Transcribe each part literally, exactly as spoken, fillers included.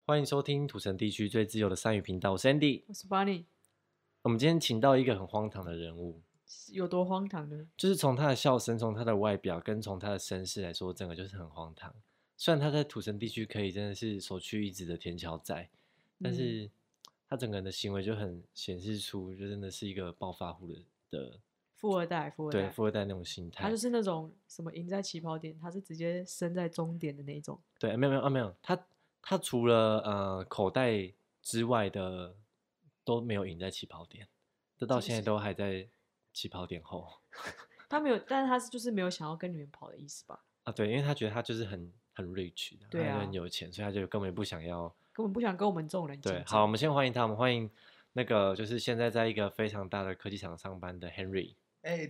欢迎收听土城地区最自由的三语频道，我是 Andy， 我是 Bonnie。 我们今天请到一个很荒唐的人物， 有多荒唐呢？ 就是从他的笑声、从他的外表跟从他的身世来说，整个就是很荒唐。虽然他在土城地区可以真的是首屈一指的田桥仔，但是他整个人的行为就很显示出，就真的是一个暴发户的的富二代，富二代， 对富二代那种心态。 他就是那种什么赢在起跑点，他是直接生在终点的那一种。 对，没有没有啊，没有他。他除了呃口袋之外的都没有赢在起跑点，这到现在都还在起跑点后。 他没有，但是他就是没有想要跟你们跑的意思吧？ 啊，对，因为他觉得他就是很很 rich， 对啊， 他很有钱，所以他就根本不想要， 根本不想跟我们这种人竞争。 对，好，我们先欢迎他，我们欢迎那个就是现在在一个非常大的科技厂上班的 Henry。 哎、欸，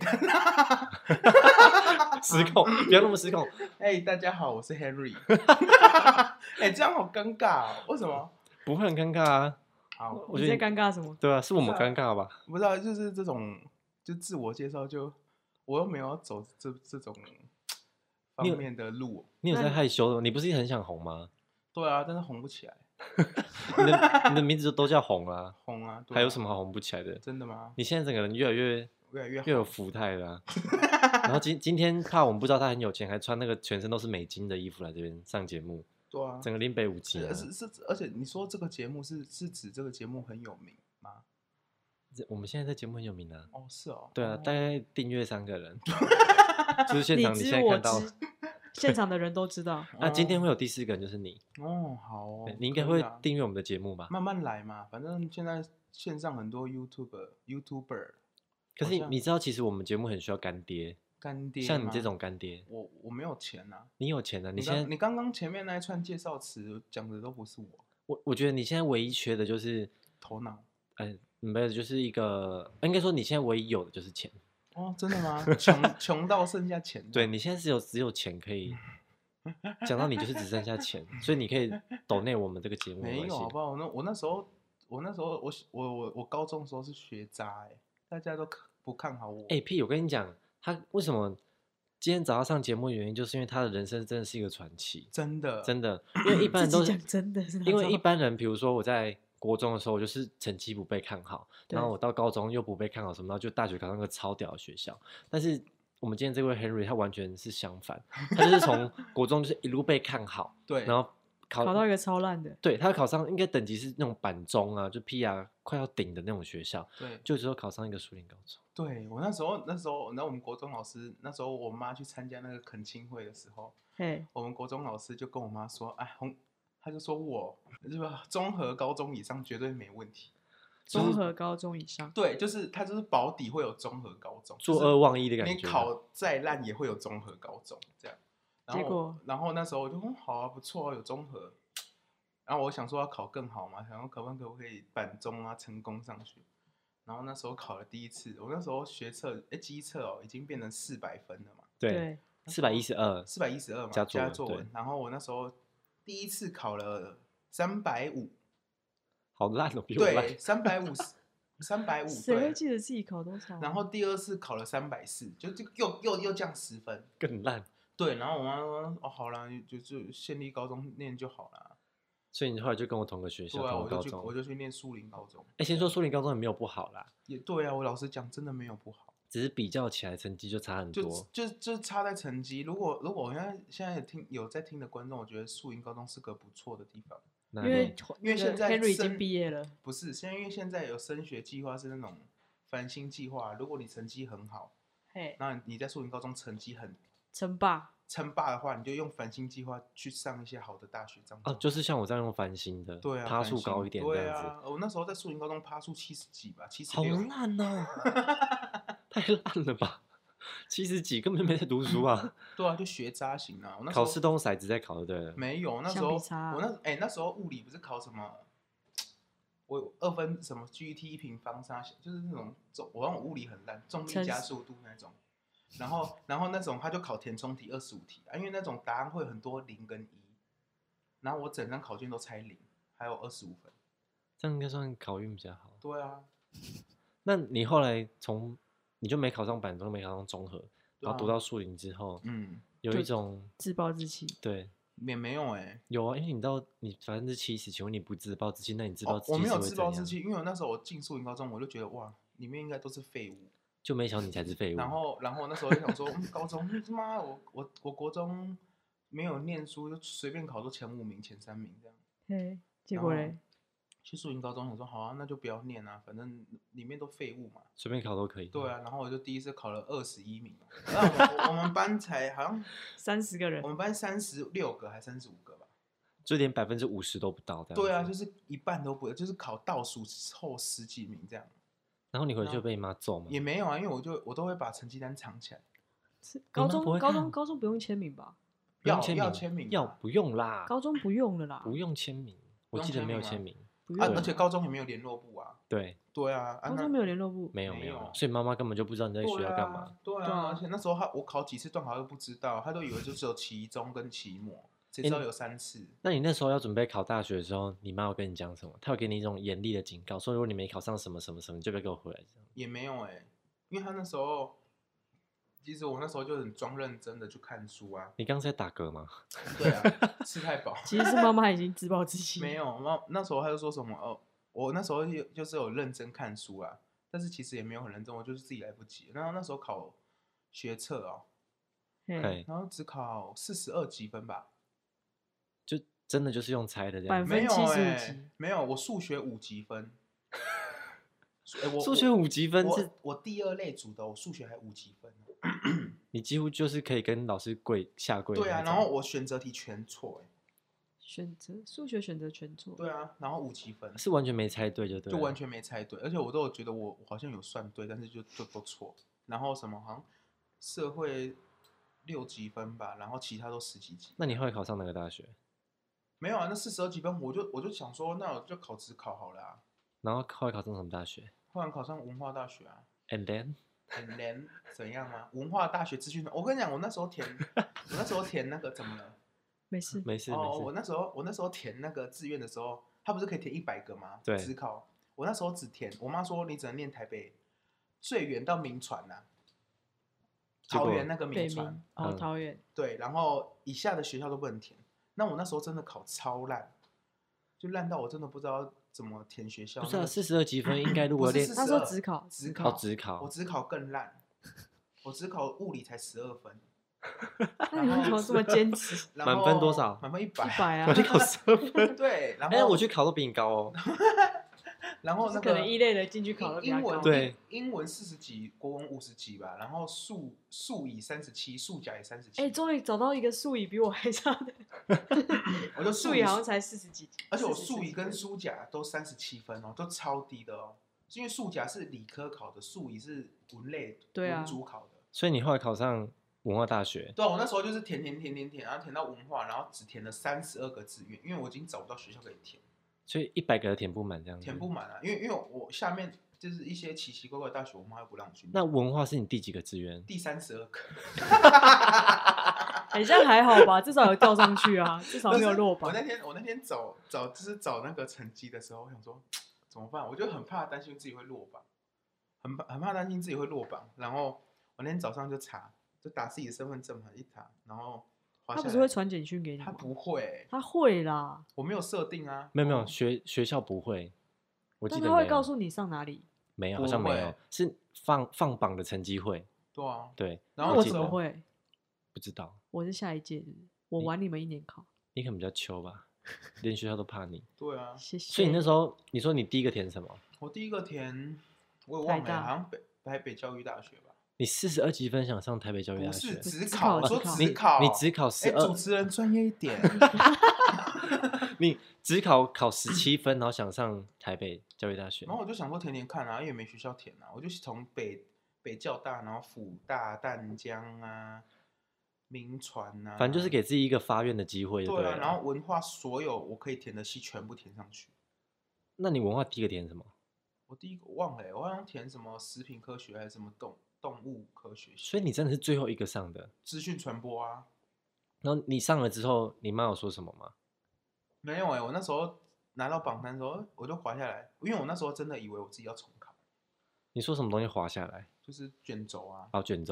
失控，不要那么失控。 哎、欸，大家好，我是 Henry。哎、欸，这样好尴尬哦，为什么？ 不会很尴尬啊。 好，我觉得你在尴尬什么？ 对啊，是我们尴尬吧？ 不知道，就是这种就自我介绍就，我又没有走这这种方面的路。 你有在害羞的吗？你不是很想红吗？ 对啊，但是红不起来。 你的你的名字都叫红啦， 红啊， 还有什么好红不起来的？ 真的吗？ 你现在整个人越来越越来越越有福态了、啊。然后今今天怕我们不知道他很有钱，还穿那个全身都是美金的衣服来这边上节目。 对啊， 整个林北五级、啊。 是是，而且你说这个节目是是指这个节目很有名吗？ 我们现在在节目很有名啊。 哦，是哦。 对啊， 哦、 大概订阅三个人。就是现场你现在看到， 现场的人都知道。 啊，今天会有第四个人就是你。 哦，好哦。 你应该会订阅我们的节目吧？ 慢慢来嘛，反正现在线上很多 YouTuber YouTuber。 可是你知道，其实我们节目很需要干爹。 干爹， 像你这种干爹， 我我没有钱啊。 你有钱啊？你现在你刚刚前面那一串介绍词讲的都不是我。 我我觉得你现在唯一缺的就是头脑。 哎，没有，就是一个，应该说你现在唯一有的就是钱。 哦，真的吗？穷穷到剩下钱。 对，你现在只有只有钱可以。讲到你就是只剩下钱，所以你可以抖内我们这个节目。 没有好不好？那我那时候我那时候我我我我高中的时候是学渣哎、欸，大家都不看好我。 哎、欸、屁！我跟你讲，他为什么今天找他上节目的原因，就是因为他的人生真的是一个传奇， 真的真的。因为一般人都是真的， 因为一般人，比如说我在国中的时候，我就是成绩不被看好，然后我到高中又不被看好什么，然后就大学考上个超屌的学校，但是。我们今天这位 Henry 他完全是相反，他就是从国中就是一路被看好， 对， 然后考考到一个超烂的， 对他考上应该等级是那种板中啊，就 P R 快要顶的那种学校， 对， 就之后考上一个树林高中。 对我那时候那时候，那我们国中老师那时候我妈去参加那个恳亲会的时候， 嘿， 我们国中老师就跟我妈说，哎，红，他就说我就是综合高中以上绝对没问题。 综合高中以上， 对，就是他就是保底会有综合高中， 作二忘一的感觉。 你考再烂也会有综合高中这样。然后结果， 然后那时候我就说好啊，不错啊，有综合。然后我想说要考更好嘛，想说可不可不可以板中啊，成功上去。然后那时候考了第一次，我那时候学测哎基测哦，已经变成四百分了嘛。 对，四百一十二， 四百一十二嘛， 加作文。 加作文。然后我那时候第一次考了三百五。 好烂哦，比我烂。 对，三百五，三百五。 谁会记得自己考多少？ 然后第二次考了三百四，就就又又又降十分， 更烂。 对，然后我妈说：“哦，好啦，就就县立高中念就好啦。” 所以你后来就跟我同个学校， 对啊， 同个高中， 我就去我就去念树林高中。 哎、欸，先说树林高中也没有不好啦。 也对啊，我老实讲，真的没有不好， 只是比较起来成绩就差很多。 就就就差在成绩。如果如果我现在现在有听有在听的观众，我觉得树林高中是个不错的地方。 因为因为现在 Henry 已经毕业了， 不是现在，因为现在有升学计划是那种繁星计划，如果你成绩很好， 嘿， 那你在树林高中成绩很称霸， 称霸的话，你就用繁星计划去上一些好的大学，这样哦，就是像我这样用繁星的， 对啊， 趴数高一点这样子。 对啊，我那时候在树林高中趴数七十几吧，七十六，好烂哦，太烂了吧！七十几根本没在读书啊！ 对啊，就学渣型啊！我那考试都用骰子在考的，对了。 没有，那时候我那哎、欸、那时候物理不是考什么，我二分什么 G T 平方啥，就是那种重，我让我物理很烂，重力加速度那种。然后然后那种他就考填充题二十五题啊，因为那种答案会很多零跟一，然后我整张考卷都猜零，还有二十五分。 这样应该算考运比较好。 对啊。 那你后来从你就没考上板中，没考上综合，然后读到树林之后， 嗯， 有一种自暴自弃。 对， 也没有哎、欸， 有啊，因为你到你百分之七十，请问你不自暴自弃，那你自暴哦， 自弃我没有是会怎样？ 自暴自弃，因为我那时候我进树林高中，我就觉得哇，里面应该都是废物。 就没想到你才是废物。 然后，然后那时候就想说，嗯，高中他妈我我我国中没有念书，就随便考都前五名、前三名这样。 嘿，结果嘞， 去树林高中想说好啊，那就不要念啊，反正里面都废物嘛， 随便考都可以。 对啊，然后我就第一次考了二十一名，那我们我们班才好像三十个人我，们班三十六个还三十五个吧。 就连百分之五十都不到这样。 对啊，就是一半都不，就是考倒数后十几名这样。 然后你回去就被你妈揍吗？ 也没有啊，因为我就我都会把成绩单藏起来。 高中高不会看中高中不用签名吧？ 要不用签名， 要签名啊要不用啦？ 高中不用了啦， 不用签名， 不用我记得没有签签名。 啊， 不用了。 而且高中也没有联络部啊。 对， 对啊，啊那高中没有联络部， 没有没没有有，所以妈妈根本就不知道你在学校干嘛。 对啊？对对啊啊，而且那时候他我考几次段考都不知道，他都以为就只有期中跟期末，谁知道有三次。 那你那时候要准备考大学的时候，你妈有跟你讲什么？她有给你一种严厉的警告，说如果你没考上什么什么什么，你就别给我回来这样。 也没有哎、欸，因为他那时候，其实我那时候就很装认真的去看书啊。 你刚刚在打嗝吗？ 对啊，吃太饱。 其实是妈妈已经自暴自弃。 没有，那那时候他就说什么哦，我那时候就就是有认真看书啊，但是其实也没有很认真，我就是自己来不及。然后那时候考学测哦， 嘿， 对， 然后只考四十二几分吧。 就真的就是用猜的这样。 百分没有七十五哎、 级， 没有，我数学五级分。欸、我数学五级分我是， 我第二类组的，我数学还五级分。 你几乎就是可以跟老师跪下跪的那对啊， 种。 然后我选择题全错哎、 选择数学选择全错。 对啊，然后五级分， 是完全没猜对就对了。 就完全没猜对，而且我都有觉得我我好像有算对，但是就就都错。然后什么好像社会六级分吧，然后其他都十几级。 那你后来考上哪个大学？ 没有啊，那四十二级分，我就我就想说，那我就考职考好了啊。 然后后来考上什么大学后来考上文化大学啊。 ？And then， And then 怎样吗？文化大学资讯，我跟你讲，我那时候填，我那时候填那个怎么了？ 没事， 没事哦， 没事。 我那时候我那时候填那个志愿的时候，他不是可以填一百个吗？ 对只考。我那时候只填，我妈说你只能念台北最远到民传呐、啊， 结果桃园那个北民传明，哦， 嗯桃园， 对，然后以下的学校都不能填。那我那时候真的考超烂，就烂到我真的不知道怎么填学校。 不是啊， 那个四十二积分应该如果不是练 42 他说只考， 只考考只考我只考更烂，我只考物理才十二分。 那你为什么这么坚持？ 然后满分多少满分一百。 一百啊我，去考十二分。 对，然后哎，我去考都比你高哦。 然后那个可能一类的进去考的比较英文高。 对， 英文四十几，国文五十几吧，然后数数乙三十七，数甲也三十七。 哎，终于找到一个数乙比我还差的， 我就数乙好像才四十几， 而且我四十数乙跟几数甲都三十七分哦，都超低的哦。是因为数甲是理科考的，数乙是文类对啊文组考的。 所以你后来考上文化大学， 对啊，我那时候就是填填填填填，然后填到文化，然后只填了三十二个志愿，因为我已经找不到学校可以填。 所以一百个填不满这样子。 填不满啊，因为因为我下面就是一些奇奇怪怪的大学，我妈又不让我去念。 那文化是你第几个志愿？ 第三十二个。 哎，这样还好吧？至少有调上去啊，至少没有落榜。 我那天我那天找找就是找那个成绩的时候，我想说怎么办？我就很怕担心自己会落榜，很怕很怕担心自己会落榜。然后我那天早上就查，就打自己的身份证嘛一查，然后滑下来他不是会传简讯给你吗？ 他不会欸、 他会啦， 我没有设定啊。 没有没有， 哦学学校不会，我记但他会得没有， 告诉你上哪里。 没有， 不好像没有会， 是放放榜的成绩会。 对啊， 对， 然后那我记得怎么会？ 不知道， 我是下一届的，我你晚你们一年考。 你可能比较糗吧，连学校都怕你。 对啊， 谢谢。 所以你那时候，你说你第一个填什么？ 我第一个填我也忘了、 台大好像北台北教育大学吧。 你四十二积分想上台北教育大不是学？ 只只考， 考我说只考只考， 你你只考十哎， 二主，持人专业一点。 你只考考十七分，然后想上台北教育大学然。后我就想说填填看啊，因为没学校填啊，我就从北北教大，然后辅大、淡江啊、民传啊， 反正就是给自己一个发愿的机会就了。 对啊，然后文化所有我可以填的系全部填上去。 那你文化第一个填什么？ 我第一个忘了、欸，我好像填什么食品科学还是什么动动物科学系， 所以你真的是最后一个上的。 资讯传播啊。 然后你上了之后，你妈有说什么吗？ 没有哎、欸，我那时候拿到榜单的时候，我就滑下来，因为我那时候真的以为我自己要重考， 你说什么东西滑下来？ 就是卷轴啊。 好，卷轴。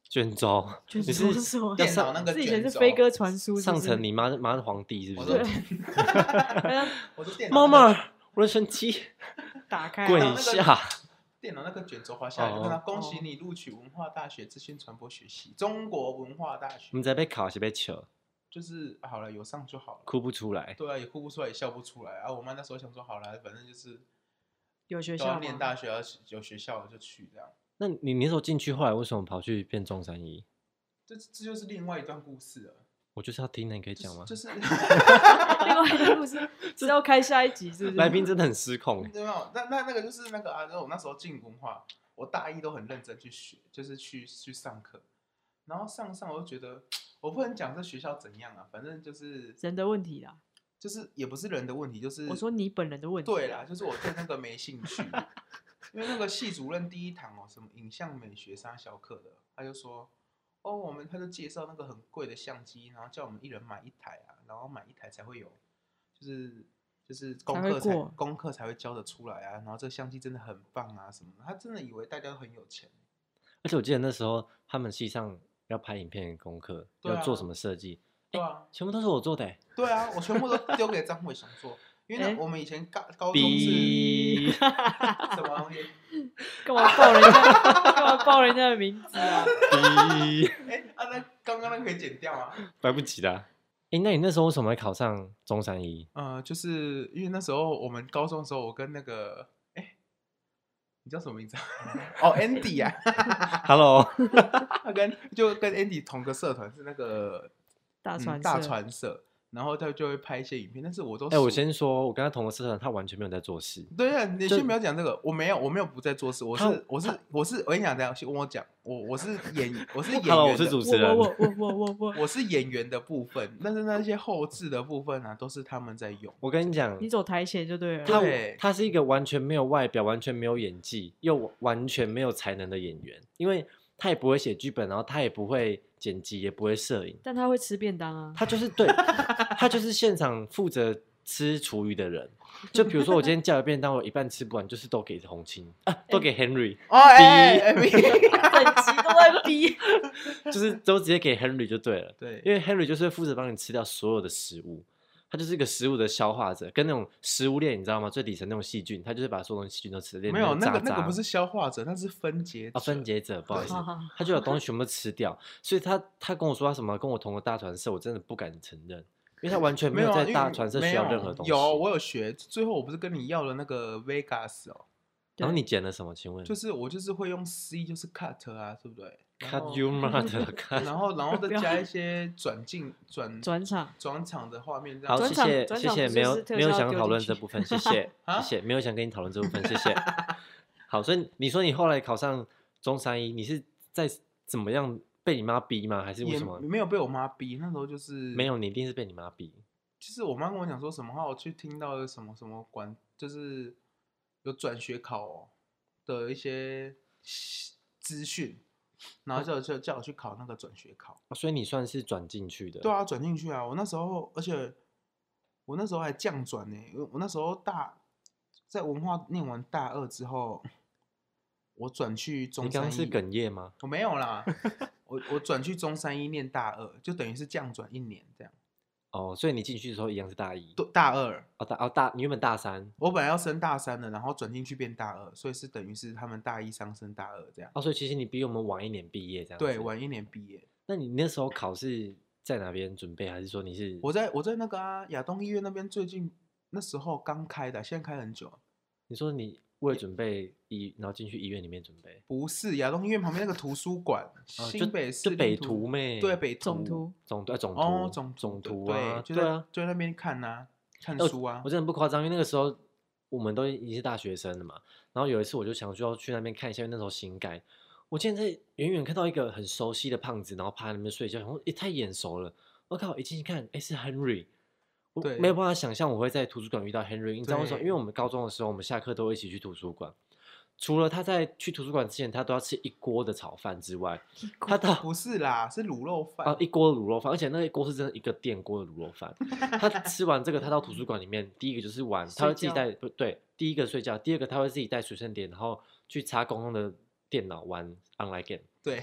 卷轴， 卷你是轴是什么？ 要电脑上那个是以前卷轴是飞鸽传书，是上不是层你妈妈是皇帝是不我是？ 说好像我说电脑妈那个妈，我的神器， 打开跪那个下。 电脑那个卷轴滑下来，就看到哦恭喜你录取文化大学资讯传播学系，中国文化大学我。们在被考还是被求， 就是好了，有上就好了。 哭不出来。 对啊，也哭不出来，也笑不出来啊。我妈那时候想说，好了，反正就是有学校都要念吗？ 大学，要有学校了就去这样。 那你那时候进去，后来为什么跑去变中山一？ 这这就是另外一段故事了。 我就是要听，那你可以讲吗？ 就是另外一个故事是要开下一集，是不是？ 来宾真的很失控。 对没有？那那那个就是那个啊，就是我那时候进文化，我大一都很认真去学，就是去去上课，然后上上我就觉得我不能讲这学校怎样啊，反正就是人的问题啦。 就是也不是人的问题，就是我说你本人的问题。 对啦，就是我对那个没兴趣，因为那个系主任第一堂哦，什么影像美学三小课的，他就说。哦，我们他就介绍那个很贵的相机，然后叫我们一人买一台啊，然后买一台才会有，就是就是功课才功课才会交得出来啊，然后这个相机真的很棒啊什么的，他真的以为大家都很有钱。 而且我记得那时候他们系上要拍影片功课， 啊、 要做什么设计， 对啊， 全部都是我做的、欸。 对啊，我全部都丢给张伟翔做。因为我们以前高高中是什么东西？ 干嘛报人家？干嘛报人家的名字啊？ 哎，啊，那刚刚那个可以剪掉吗？ 来不及啦。哎，那你那时候为什么会考上中山一？ 呃，就是因为那时候我们高中的时候，我跟那个哎，你叫什么名字啊？哦 ，Andy 啊 ，Hello， 他跟就跟 Andy 同个社团是那个大传、 嗯、大传社。然后他就会拍一些影片，但是我都哎、欸，我先说，我跟他同个社团，他完全没有在做事。 对啊，你先不要讲这个，我没有，我没有不在做事，我是我是我是我跟你讲，这样先跟我讲，我我是演我是演员 ，Hello， 我是主持人， 我我我我我我是演员的部分，但是那些后置的部分啊，都是他们在用。 我跟你讲， 你走台前就对了。 他对他是一个完全没有外表、完全没有演技，又完全没有才能的演员，因为他也不会写剧本，然后他也不会剪辑，也不会摄影， 但他会吃便当啊。 他就是对，他就是现场负责吃厨余的人。就比如说我今天叫了便当，我一半吃不完，就是都给红青啊，都给 Henry， 哦，哎哎， 整集都在逼， 就是都直接给 Henry 就对了。 对， 因为 Henry 就是会负责帮你吃掉所有的食物。他就是一个食物的消化者，跟那种食物链，你知道吗？最底层那种细菌，他就是把所有东西细菌都吃掉。 没有那个渣渣那个不是消化者，那是分解者。 啊，分解者，不好意思，他就把东西全部吃掉。所以他他跟我说他什么跟我同个大传社，我真的不敢承认，因为他完全没有在大传社学到任何东西。 有，有我有学，最后我不是跟你要了那个 Vegas 哦。 然后你剪了什么？请问？ 就是我就是会用 C， 就是 cut 啊，对不对 ？Cut you mother cut。 然后然后再加一些转进转转场转场的画面这样。 好，谢谢谢谢，没有没有想讨论这部分，谢谢啊、 谢谢，没有想跟你讨论这部分，谢谢。好，所以你说你后来考上中山一，你是在怎么样被你妈逼吗？还是为什么？ 没有被我妈逼，那时候就是没有，你一定是被你妈逼。 就是我妈跟我讲说什么话，我去听到什么什么管，就是有转学考的一些资讯，然后就就叫我去考那个转学考、 哦，所以你算是转进去的。 对啊，转进去啊！我那时候，而且我那时候还降转呢、欸，我那时候大在文化念完大二之后，我转去中山一。 你刚刚是哽咽吗？ 我没有啦，我我转去中山一念大二，就等于是降转一年这样。 哦，所以你进去的时候一样是大一， 大二哦大哦大，你原本大三， 我本来要升大三的，然后转进去变大二，所以是等于是他们大一上升大二这样。 哦，所以其实你比我们晚一年毕业这样子。 对，晚一年毕业。 那你那时候考试在哪边准备，还是说你是？ 我在我在那个啊亚东医院那边，最近那时候刚开的，现在开很久。 你说你为了准备医，然后进去医院里面准备？ 不是亚东医院旁边那个图书馆， 哦、 新北市就北图妹， 对北总图总对总图哦总总图啊， 对对啊， 就在那边看啊，看书啊。 我真的不夸张，因为那个时候我们都已经是大学生了嘛。然后有一次我就想说要去那边看一下，因为那时候新改。我竟然在远远看到一个很熟悉的胖子，然后趴在那边睡觉，然后也太眼熟了。我靠，一进去看，哎，是 Henry。我没有办法想象我会在图书馆遇到 Henry， 你知道为什么？因为我们高中的时候，我们下课都会一起去图书馆。除了他在去图书馆之前，他都要吃一锅的炒饭之外，他到不是啦，是卤肉饭啊，一锅的卤肉饭，而且那一锅是真的一个电锅的卤肉饭。他吃完这个，他到图书馆里面，第一个就是玩，他会自己带不对，第一个睡觉，第二个他会自己带随身碟，然后去插公用的电脑玩 online game。 对，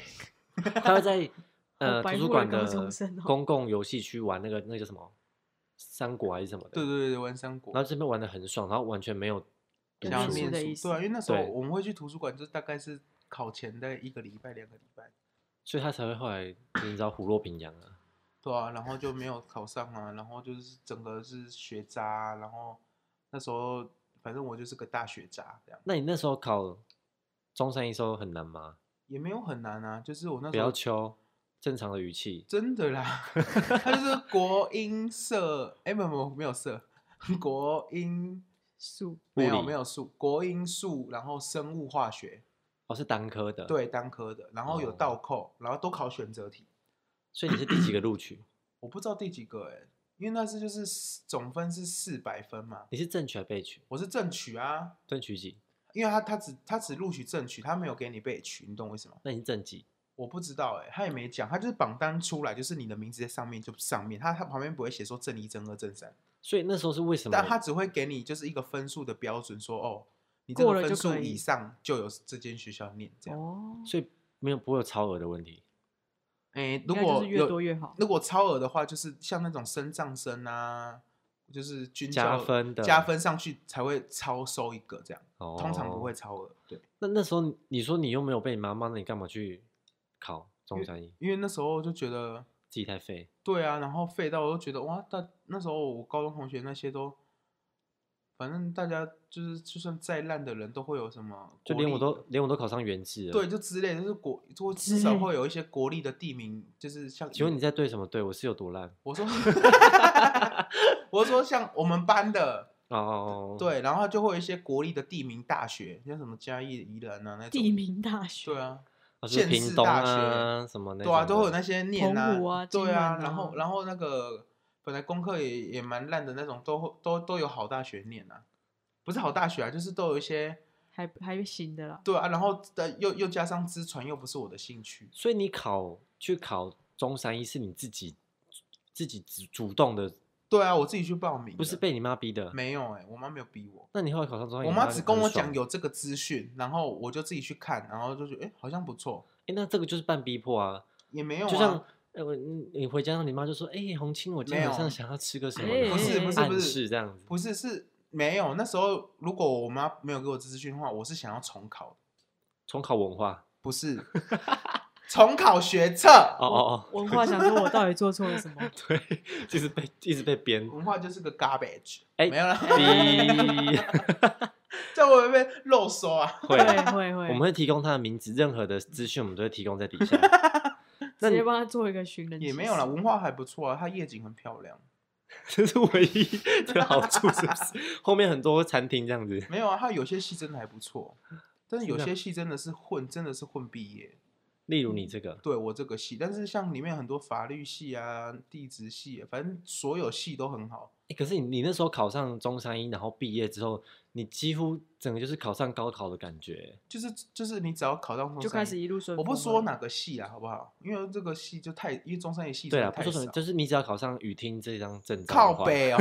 他会在呃白图书馆目的高的中生哦公共游戏区玩那个那个叫什么三国还是什么的， 对对对，玩三国， 然后这边玩的很爽，然后完全没有读有想要书念念书的意思书，对啊，因为那时候对我们会去图书馆，就大概是考前的一个礼拜、两个礼拜， 所以他才会后来你知道虎落平阳啊。 对啊，然后就没有考上啊，然后就是整个是学渣，然后那时候反正我就是个大学渣这样， 那你那时候考中山一时候很难吗？ 也没有很难啊，就是我那不时候要求正常的语气。 真的啦，他就是国英社，哎，没有没有没有社，国英数没有物理没有数，国英数，然后生物化学， 哦，是单科的。， 对单科的，然后有哦倒扣，然后都考选择题， 所以你是第几个录取？ 我不知道第几个哎、因为那是就是总分是四百分嘛， 你是正取还是备取？ 我是正取啊， 正取几？ 因为他他只他只录取正取，他没有给你备取，你懂我意思吗？ 那你是正几？ 我不知道哎、他也没讲，他就是榜单出来，就是你的名字在上面就上面，他他旁边不会写说正一、正二、正三， 所以那时候是为什么？ 但他只会给你就是一个分数的标准，说哦，你这过个分数了就可以以上就有这间学校念这样。 哦， 所以没有不会有超额的问题。 哎、如应该就是越果有多越好。 如果超额的话，就是像那种升障生啊，就是军加校分的加分上去才会超收一个这样， 哦， 通常不会。超额。对， 那那时候你说你又没有被你妈骂，那你干嘛去考中山一？ 因为那时候就觉得自己太废。 对啊，然后废到我都觉得哇，大那时候我高中同学那些都，反正大家就是就算再烂的人都会有什么就国立， 连我都连我都考上原制了。 对，就之类的，就是国就至少会有一些国立的地名，就是像请问你在对什么队？我是有多烂？ 我说我说像我们班的。 哦， 对，然后就会有一些国立的地名大学，像什么嘉义、宜兰啊那种。 地名大学， 对啊， 哦就是县市屏东大啊什么那对啊， 种的都会有那些念澎湖啊金对啊， 门啊然后然后那个本来功课也也蛮烂的那种，都会都都有好大学念啊，不是好大学啊，就是都有一些还还行的啦。 对啊，然后的又又加上资传又不是我的兴趣， 所以你考去考中山一是你自己自己主主动的， 对啊，我自己去报名的， 不是被你妈逼的。 没有哎、我妈没有逼我。 那你后来考上中山一， 我妈只跟我讲有。 有这个资讯，然后我就自己去看，然后就觉得哎、诶好像不错， 哎，那这个就是半逼迫啊。 也没有啊， 就像呃，我你你回家，你妈就说：“哎，红青，我今天晚没有上想要吃个什么？” 哎不是不是不暗是示这样子。 不是是没有，那时候如果我妈没有给我资讯的话，我是想要重考的， 重考文化。 不是重考学测。 哦哦哦， 文化想说我到底做错了什么？ 对，就是被一直被编。 文化就是个 garbage， 哎没有啦， 逼这样会不会被漏收啊？ 会会会会， 我们会提供他的名字，任何的资讯我们都会提供在底下。那你直接帮他做一个寻人启事。 也没有啦，文化还不错啊，它夜景很漂亮。 这是唯一的好处，是不是？后面很多餐厅这样子。 没有啊，它有些戏真的还不错，但是有是啊些戏真的是混，真的是混毕业。 例如你这个， 对我这个系，但是像里面很多法律系啊、地质系啊，反正所有系都很好。 欸可是你你那时候考上中山一，然后毕业之后，你几乎整个就是考上高考的感觉。 就是就是你只要考到中山就开始一路顺我风了。 不说哪个系啊，好不好？因为这个系就太，因为中山一系对啊， 真的太少不说什么，。就是你只要考上语听这张证照的话， 靠背哦。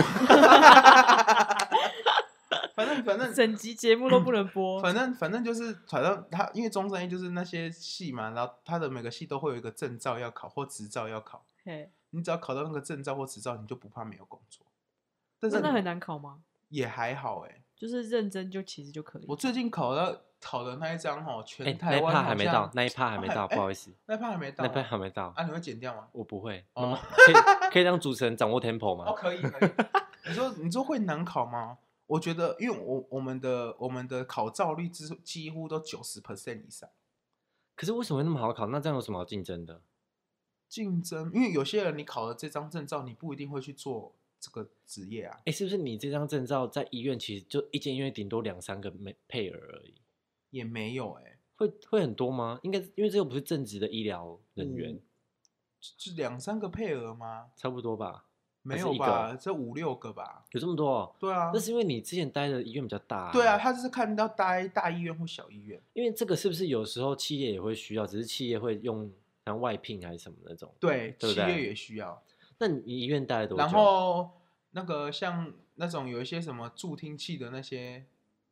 反正反正整集节目都不能播。 反正反正就是反正他，因为中山一就是那些系嘛，然后他的每个系都会有一个证照要考或执照要考， 嘿， 你只要考到那个证照或执照，你就不怕没有工作。但是真的很难考吗？ 也还好哎、 就是认真就其实就可以。 我最近考到考的那一张哈， 哎、 全那一台湾好趴还没到像， 那一趴还没到， 哦还不好意思， 那一趴还没到啊， 那一趴还没到， 啊，你会剪掉吗？ 我不会。 哦妈妈可以可以让主持人掌握 tempo 吗？ 哦，可以可以。你说你说会难考吗？我觉得，因为我我们的我们的考照率几几乎都九十 percent 以上。 可是为什么会那么好考？那这样有什么好竞争的？ 竞争，因为有些人你考了这张证照，你不一定会去做这个职业啊。 哎、是不是你这张证照在医院其实就一间医院顶多两三个配配额而已？ 也没有哎、欸， 会会很多吗？应该因为这个不是正职的医疗人员， 嗯就两三个配额吗？ 差不多吧？ 没还是一有吧， 个这五六个吧。 有这么多、哦？ 对啊那，是因为你之前待的医院比较大、 对啊，，他就是看到大大医院或小医院。 因为这个是不是有时候企业也会需要，只是企业会用像外聘还是什么那种？ 对， 对不对企业也需要。 那你医院待了多久？ 然后那个像那种有一些什么助听器的那些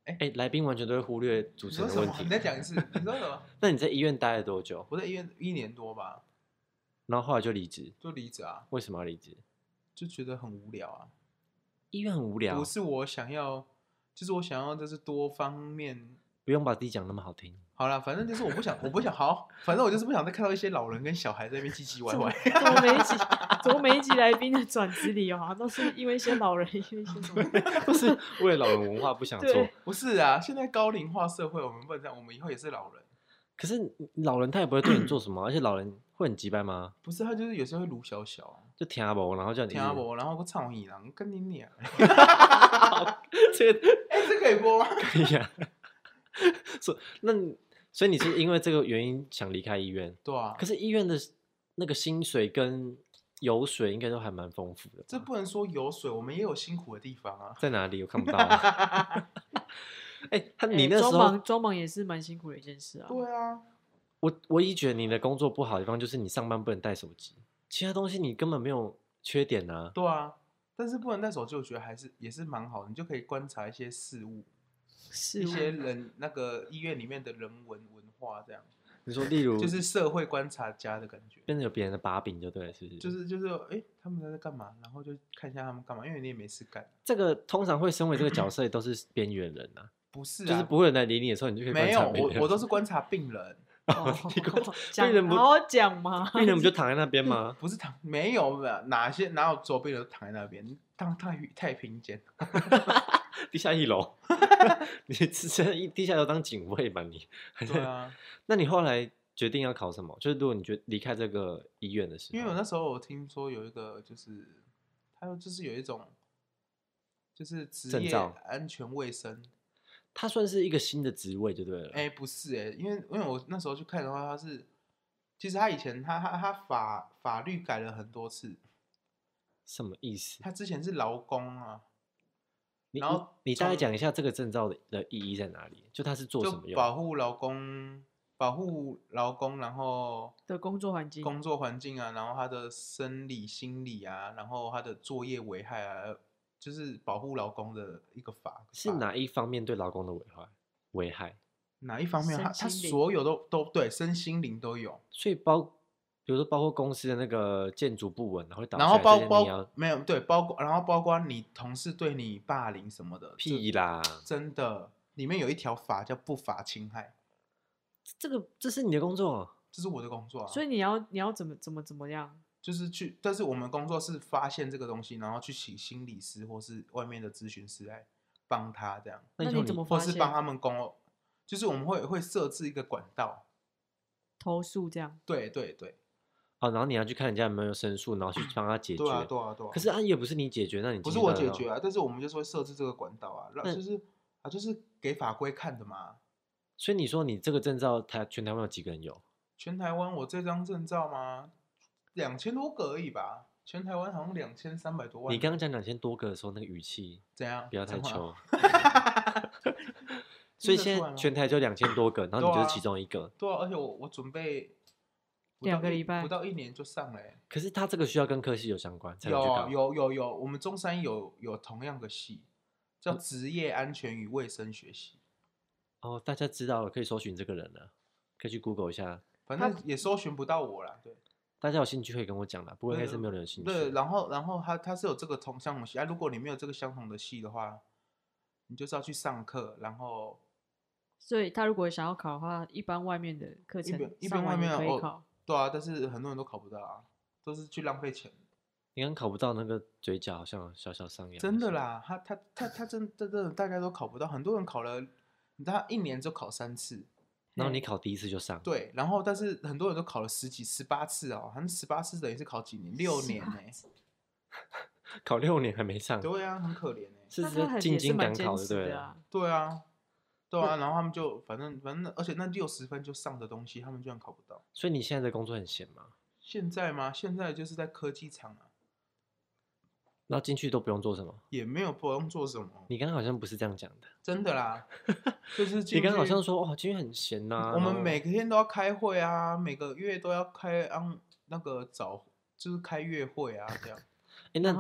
哎、欸，来宾完全都会忽略主持人的问题。 你再讲一次，你说什么？ 那你在医院待了多久？ 我在医院一年多吧。 然后后来就离职。 就离职啊？ 为什么要离职？ 就觉得很无聊啊。 医院很无聊。 不是我想要，就是我想要的是多方面。 不用把自己讲那么好听。 好啦，反正就是我不想，我不想好，反正我就是不想再看到一些老人跟小孩在那边唧唧歪歪。 怎么每一集，怎么每一集来宾的转职理由好像都是因为一些老人，因为一些什么？ 不是为了老人文化不想做。 不是啊，现在高龄化社会，我们不能这样，我们以后也是老人。 可是老人他也不会对你做什么，而且老人会很急掰吗？ 不是，他就是有时候会撸小小、啊， 就听不，然后叫你听不，然后我唱一郎跟你念。 这个哎、欸，这可以播吗？ 可以啊。所那所以你是因为这个原因想离开医院？ 对啊。 可是医院的那个薪水跟油水应该都还蛮丰富的。 这不能说油水，我们也有辛苦的地方啊。 在哪里？我看不到、啊。哎、欸，他你那时候装忙装忙也是蛮辛苦的一件事啊。 对啊。 我我一觉得你的工作不好的地方就是你上班不能带手机，其他东西你根本没有缺点啊。 对啊，但是不能带手机，我觉得还是也是蛮好的，你就可以观察一些事物。一些人那个医院里面的人文文化这样， 你说例如就是社会观察家的感觉， 变成有别人的把柄就对了，是不是？ 就是就是哎、欸，他们在干嘛？然后就看一下他们干嘛，因为你也没事干。 这个通常会身为这个角色的都是边缘人啊， 不是、啊， 就是不会有人来理你的时候，你就可以观察别人。 没有，我我都是观察病人。 哦，你观察病人不好好讲吗？ 病人不就躺在那边吗？ 不是躺，没有哪些哪有周病人都躺在那边，当太太平间。 地下一楼，你之前地下楼当警卫吧你？ 对啊。 那你后来决定要考什么？就是如果你觉得离开这个医院的时候， 因为我那时候我听说有一个，就是还有就是有一种，就是职业安全卫生， 它算是一个新的职位就对了。 哎、欸，不是哎、欸，因为因为我那时候去看的话，他是其实他以前他他他法法律改了很多次。 什么意思？ 他之前是劳工啊。 你然后你大概讲一下这个证照的的意义在哪里？就它是做什么用？ 保护劳工，保护劳工，然后的工作环境， 工作环境啊，然后他的生理、心理啊，然后他的作业危害啊，就是保护劳工的一个法。 是哪一方面对劳工的危害？危害哪一方面？他他所有都都对，身心灵都有。 所以包。比如说，包括公司的那个建筑不稳，会倒下来， 然后包包没有对，包括然后包括你同事对你霸凌什么的， 屁啦， 真的，里面有一条法叫不法侵害。 这个这是你的工作， 这是我的工作啊。 所以你要你要怎么怎么怎么样？ 就是去，但是我们工作是发现这个东西，然后去请心理师或是外面的咨询师来帮他这样。 那你怎么发现？ 或是帮他们工，就是我们会会设置一个管道， 投诉这样。 对对对。 哦，然后你要去看人家有没有申诉，然后去帮他解决。 对啊，对啊，对啊。 可是啊，也不是你解决，那你不是我解决啊，但是我们就是会设置这个管道啊，就是啊，就是给法规看的嘛。 所以你说你这个证照，台全台湾有几个人有？ 全台湾我这张证照吗？两千多个而已吧。全台湾好像两千三百多万。 你刚刚讲两千多个的时候，那个语气怎样？ 不要太秋。所以现在全台就两千多个，然后你就是其中一个。 对啊，而且我我准备。 两个礼拜不到一年就上了、欸， 可是他这个需要跟科系有相关才有有有有有，我们中山有有同样的系，叫职业安全与卫生学系。 哦，大家知道了，可以搜寻这个人了，可以去 Google 一下。 反正也搜寻不到我啦，对。 大家有兴趣可以跟我讲啦，不过应该是没有人有兴趣。 对，然后然后他他是有这个同相同系啊，如果你没有这个相同的系的话，你就是要去上课，然后。 所以他如果想要考的话，一般外面的课程一般外面可以考。 哦对啊，但是很多人都考不到啊，都是去浪费钱。 你刚考不到那个嘴角好像小小上扬。 真的啦，他他他他真真的大家都考不到，很多人考了，他一年就考三次， 然后你考第一次就上。 对，然后但是很多人都考了十几、十八次哦，好像十八次等于是考几年？六年呢、欸， 考六年还没上。 对啊，很可怜哎、 欸，是进京赶考的，对啊， 对啊。对啊，然后他们就反正反正，而且那六十分就上的东西，他们居然考不到。 所以你现在的工作很闲吗？ 现在吗？现在就是在科技厂啊。 然后进去都不用做什么？ 也没有不用做什么。 你刚刚好像不是这样讲的。 真的啦，就是你刚刚好像说哦，今天很闲呐、啊。 我们每天都要开会啊，每个月都要开啊那个早就是开月会啊这样。 哎，那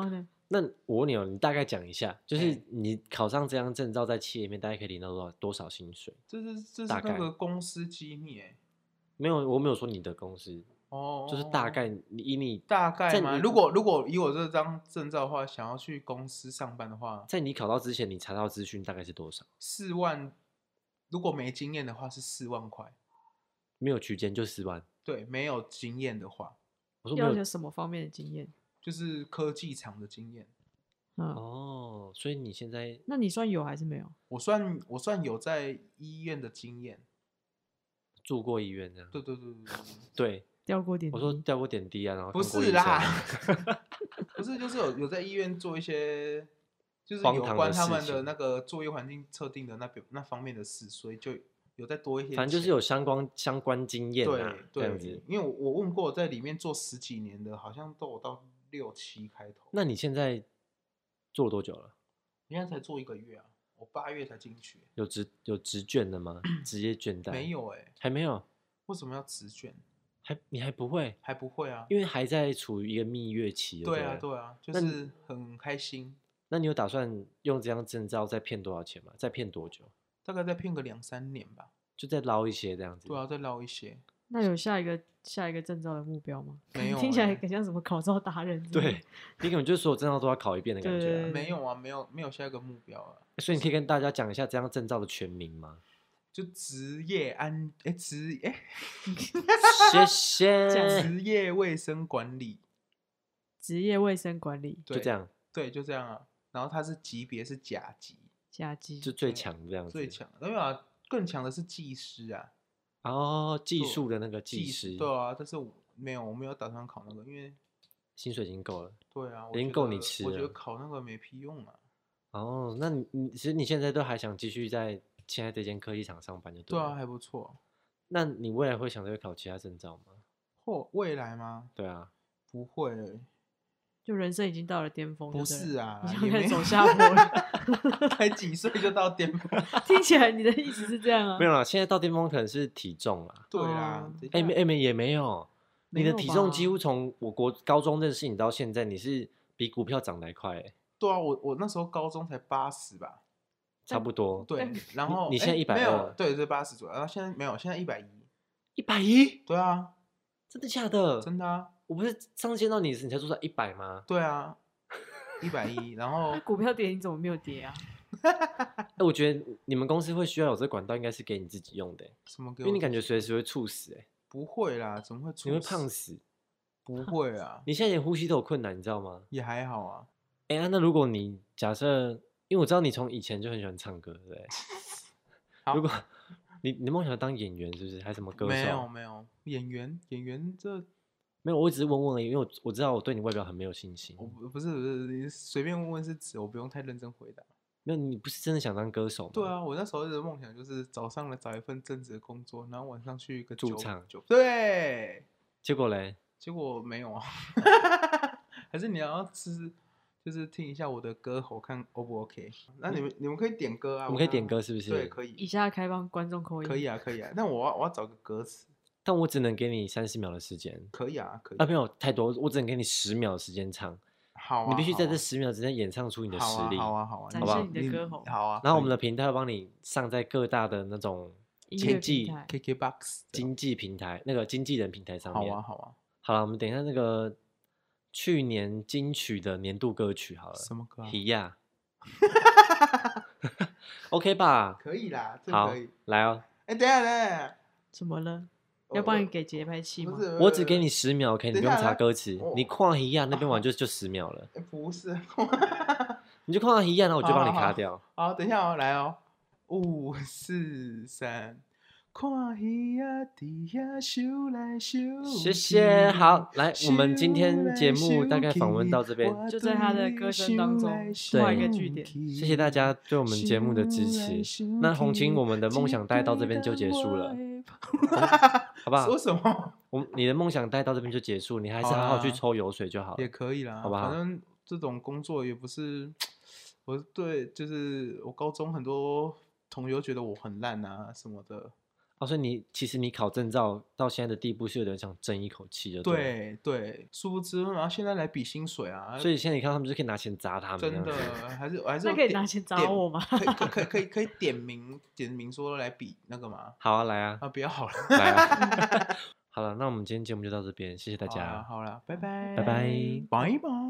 那我问你哦，你大概讲一下，就是哎你考上这张证照，在企业里面大概可以领到多少多少薪水？ 这是这是大概那个公司机密哎、 没有，我没有说你的公司， 哦， 就是大概你以你大概吗？ 在你如果如果以我这张证照的话，想要去公司上班的话， 在你考到之前，你查到资讯大概是多少？ 四万，如果没经验的话是四万块。 没有区间就十万。 对，没有经验的话， 我说没有要有什么方面的经验？ 就是科技厂的经验。 嗯， 哦，所以你现在那你算有还是没有？ 我算我算有在医院的经验。 住过医院这样？ 对对对对对对。 对， 掉过点滴？ 我说掉过点滴啊，然后不看过医是啦生， 不是，就是有有在医院做一些，就是荒唐的有关他事情们的那个作业环境测定的那边那方面的事，所以就有再多一些钱。 反正就是有相关相关经验啊，这对样子对。，因为我我问过，在里面做十几年的，好像都有到六七开头。 那你现在做了多久了？ 现在才做一个月啊，我八月才进去。 有职有职卷的吗？职业倦怠没有哎、 还没有， 为什么要职卷？ 还你还不会， 还不会啊？ 因为还在处于一个蜜月期。 对啊对不对啊，就那你是很开心。 那你有打算用这张证照再骗多少钱吗？再骗多久？ 大概再骗个两三年吧。 就再捞一些这样子。 对啊，再捞一些。 那有下一个下一个证照的目标吗？ 没有听起来欸很像什么考照达人之类的。 对，你可能就是所有证照都要考一遍的感觉、啊。 对没有啊，没有没有下一个目标啊。 所以你可以跟大家讲一下这张证照的全名吗？ 就职业安哎职哎谢谢。 职业卫生管理。 职业卫生管理对就这样， 对，就这样啊。然后它是级别是甲级， 甲级就最强这样子。 最强。没有啊，更强的是技师啊。 哦，技对术的那个技技师， 对啊，但是我没有，我没有打算考那个，因为薪水已经够了。 对啊，我已经觉得够你吃我觉得了考那个没屁用啊。 哦，那你你其实你现在都还想继续在现在这间科技厂上班就对了。 对啊，还不错。 那你未来会想再考其他证照吗？ 或未来吗？ 对啊， 不会欸、 就人生已经到了巅峰， 不是啊， 啊， 你想开也没有始走下坡了。 才几岁就到巅峰。 听起来你的意思是这样啊？ 没有啦，现在到巅峰可能是体重啦。 对啦哦， 哎、 等一下没哎没也没有，你的没有吧体重几乎从我国高中认识你到现在，你是比股票涨得还快、欸， 对啊，我我那时候高中才八十吧。 差不多。 对，然后你现在诶一百二没有，对，是八十左右。然后现在没有，现在一百一。 一百一， 对啊， 真的假的？ 真的啊， 我不是上次见到你时你才说到一百吗？ 对啊，一百一。然后那股票跌你怎么没有跌啊？ 哎、我觉得你们公司会需要有这管道，应该是给你自己用的、欸， 什么给我？ 因为你感觉随时会猝死、欸， 不会啦，怎么会猝你会死胖死， 不会啊， 你现在连呼吸都有困难，你知道吗？ 也还好啊。 哎、啊那如果你假设，因为我知道你从以前就很喜欢唱歌，对不对？ 好如果你你梦想当演员是不是？还是什么歌手？ 没有没有，演员演员这没有，我只是问问而已，因为我我知道我对你外表很没有信心。 我不不是不是，你随便问问是指，我不用太认真回答。 没有，你不是真的想当歌手吗？ 对啊，我那时候的梦想就是早上来找一份正职的工作，然后晚上去一个酒驻唱酒对， 结果嘞， 结果没有啊。还是你要吃，就是听一下我的歌喉，看 O 不 OK？那你们你们可以点歌啊， 我们可以看点歌是不是？ 对，可以， 以下开放观众口音。 可以啊，可以啊。但我要我要找个歌词， 但我只能给你三十秒的时间。 可以啊，可以啊，没有太多，我只能给你十秒的时间唱。 好啊， 你必须在好啊这十秒之内演唱出你的好啊实力。 好啊好啊， 展好不好现你的歌喉。 好啊。 然后我们的的平台会帮你上在各大的那种音乐经济平台 K K Box 经济平台，那个经纪人平台上面。 好啊好啊， 好了，我们等一下那个去年金曲的年度歌曲好了。 什么歌啊皮亚。OK 吧？ 可以啦，这好可以。， 来哦， 哎，等一下等一下， 怎么了？ 我要帮你给节拍器吗不？是， 我只给你十秒，OK，你不用等一下查歌词我， 你跨一亚那边完就就十秒了， 哎不是， 你就跨一亚，那我就帮你好好好卡掉。 好，等一下哦，来哦，五四三，看鱼仔伫遐游来游谢去谢，好，来，我们今天节目大概访问到这边， 就在他的歌声当中画一个句点。 谢谢大家对我们节目的支持。那红琴，我们的梦想大概到这边就结束了，好不好说？什么我你的梦想大概到这边就结束，你还是好好去抽油水就好了。 也可以啦， 好不好反正这种工作也不是，我对，就是我高中很多同学觉得我很烂啊什么的。 哦，所以你其实你考证照到现在的地步是有点想争一口气的。 对对，殊不知，然后现在来比薪水啊， 所以现在你看他们就可以拿钱砸他们， 真的还是还是那可以拿钱砸我吗？ 可以可可可以可以点名点名说来比那个吗？ 好啊，来啊， 啊，不要好了， 来啊。好了，那我们今天节目就到这边，谢谢大家， 好了，拜拜， 拜拜。 拜拜。